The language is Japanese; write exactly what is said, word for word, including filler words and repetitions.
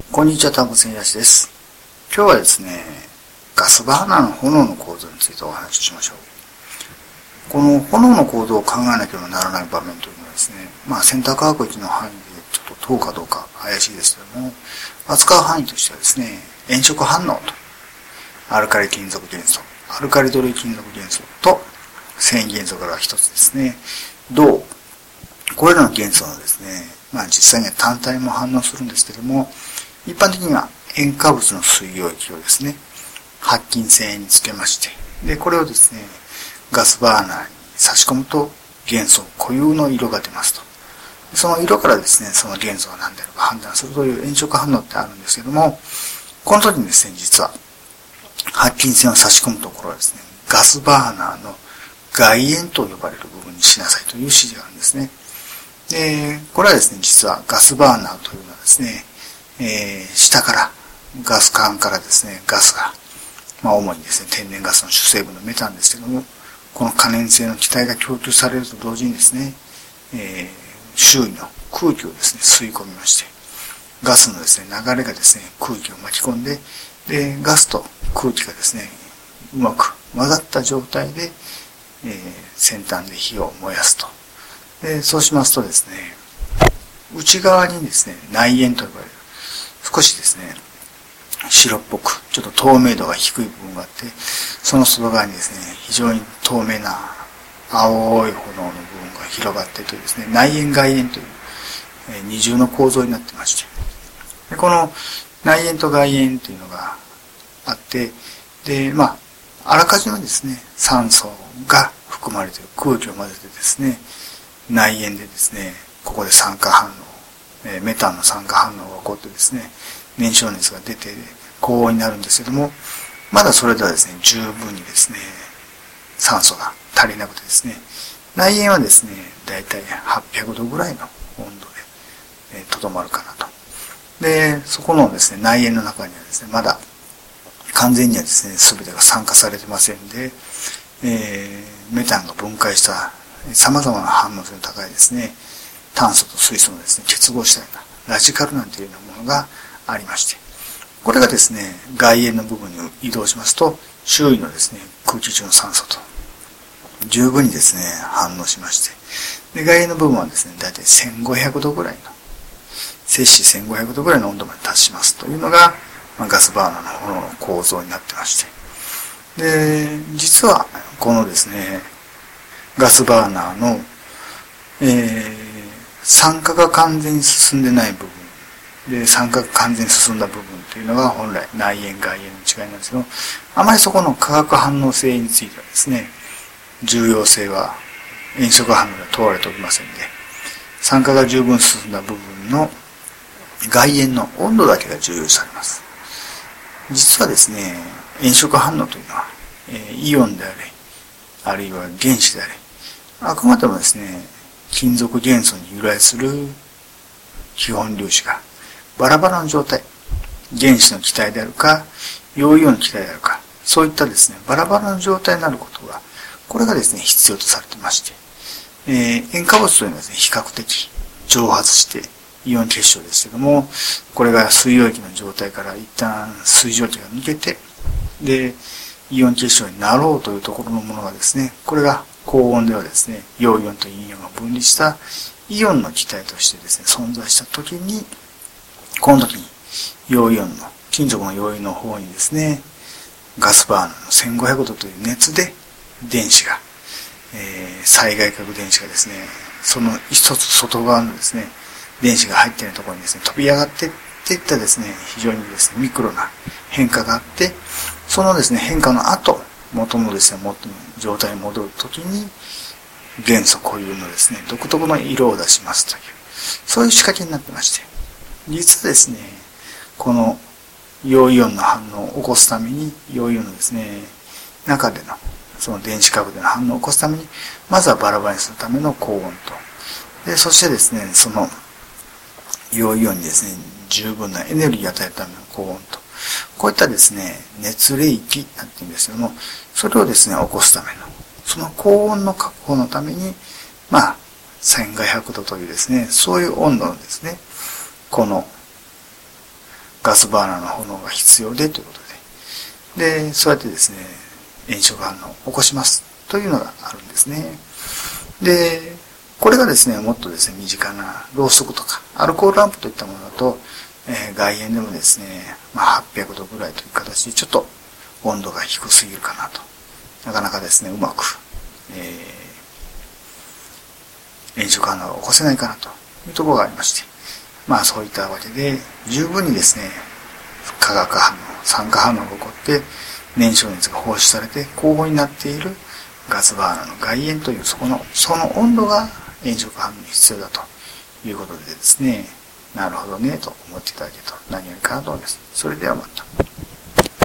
こんにちは、タンクセンヤシです。今日はですね、ガスバーナーの炎の構造についてお話ししましょう。この炎の構造を考えなければならない場面というのはですね、まあ選択枠域の範囲でちょっと問うかどうか怪しいですけども、扱う範囲としてはですね、炎色反応と、アルカリ金属元素、アルカリドル金属元素と繊維元素から一つですね、銅、これらの元素のですね、まあ実際には単体も反応するんですけども、一般的には塩化物の水溶液をですね、白金繊維につけまして、で、これをですね、ガスバーナーに差し込むと元素固有の色が出ますと。その色からですね、その元素が何であるか判断するという炎色反応ってあるんですけども、この時にですね、実は白金線を差し込むところはですね、ガスバーナーの外縁と呼ばれる部分にしなさいという指示があるんですね。で、これはですね、実はガスバーナーというのはですね、えー、下からガス管からですね、ガスが、まあ主にですね、天然ガスの主成分のメタンですけども、この可燃性の気体が供給されると同時にですね、えー、周囲の空気をですね、吸い込みまして、ガスのですね、流れがですね、空気を巻き込んで、で、ガスと空気がですね、うまく混ざった状態で、えー、先端で火を燃やすと。で、そうしますとですね、内側にですね、内縁と呼ばれる、少しですね、白っぽく、ちょっと透明度が低い部分があって、その外側にですね、非常に透明な青い炎の部分が広がっているというですね、内縁外縁という、えー、二重の構造になってまして、でこの内縁と外縁というのがあって、で、まあ、あらかじめですね、酸素が含まれている空気を混ぜてですね、内縁でですね、ここで酸化反応、えー、メタンの酸化反応が起こってですね、燃焼熱が出て高温になるんですけども、まだそれではですね、十分にですね、酸素が足りなくてですね、内縁はですね、だいたいはっぴゃくどぐらいの温度でとど、えー、まるかなと。で、そこのですね、内縁の中にはですね、まだ完全にはですね、すべてが酸化されてませんで、えー、メタンが分解した様々な反応性の高いですね、炭素と水素のですね、結合したようなラジカルなんていうようなものがありまして、これがですね、外縁の部分に移動しますと、周囲のですね、空気中の酸素と十分にですね、反応しまして、で、外縁の部分はですね、だいたいせんごひゃくどぐらいの、摂氏せんごひゃくどぐらいの温度まで達しますというのが、まあ、ガスバーナーの炎の構造になってまして、で、実はこのですね、ガスバーナーの、えー、酸化が完全に進んでない部分で、酸化が完全に進んだ部分というのが本来内縁外縁の違いなんですけど、あまりそこの化学反応性についてはですね、重要性は炎色反応では問われておりませんで、酸化が十分進んだ部分の外縁の温度だけが重要視されます。実はですね、炎色反応というのは、えー、イオンであれ、あるいは原子であれ、あくまでもですね、金属元素に由来する基本粒子がバラバラの状態、原子の気体であるか、陽イオンの気体であるか、そういったですね、バラバラの状態になることが、これがですね、必要とされていまして、えー、塩化物というのはですね、比較的蒸発してイオン結晶ですけども、これが水溶液の状態から一旦水蒸気が抜けて、で、イオン結晶になろうというところのものがですね、これが高温ではですね、陽イオンと陰イオンが分離したイオンの気体としてですね、存在したときに、この時に陽イオンの、金属の陽イオンの方にですね、ガスバーナーのせんごひゃくどという熱で電子が、えー、最外殻電子がですね、その一つ外側のですね、電子が入っているところにですね、飛び上がっていっていったですね、非常にですね、ミクロな変化があって、そのですね、変化の後、元のですね、元の状態に戻るときに、元素固有のですね、独特の色を出しますという、そういう仕掛けになってまして、実はですね、この陽イオンの反応を起こすために、陽イオンのですね、中での、その電子核での反応を起こすために、まずはバラバラにするための高温と、で、そしてですね、その陽イオンにですね、十分なエネルギーを与えるための高温と、こういったですね、熱冷気なんて言うんですけども、それをですね、起こすための、その高温の確保のために、まあ、せんごひゃくどというですね、そういう温度のですね、このガスバーナーの炎が必要でということで、で、そうやってですね、炎色反応を起こしますというのがあるんですね。で、これがですね、もっとですね、身近なろうそくとか、アルコールランプといったものだと、えー、外縁でもですね、まあ、はっぴゃくどぐらいという形でちょっと温度が低すぎるかなと。なかなかですね、うまく、えー、炎色反応を起こせないかなというところがありまして、まあそういったわけで、十分にですね、化学反応、酸化反応が起こって、燃焼熱が放出されて高温になっているガスバーナーの外縁というそこの、その温度が炎色反応に必要だということでですね、なるほどね、と思っていただけると何よりかなと思います。それではまた。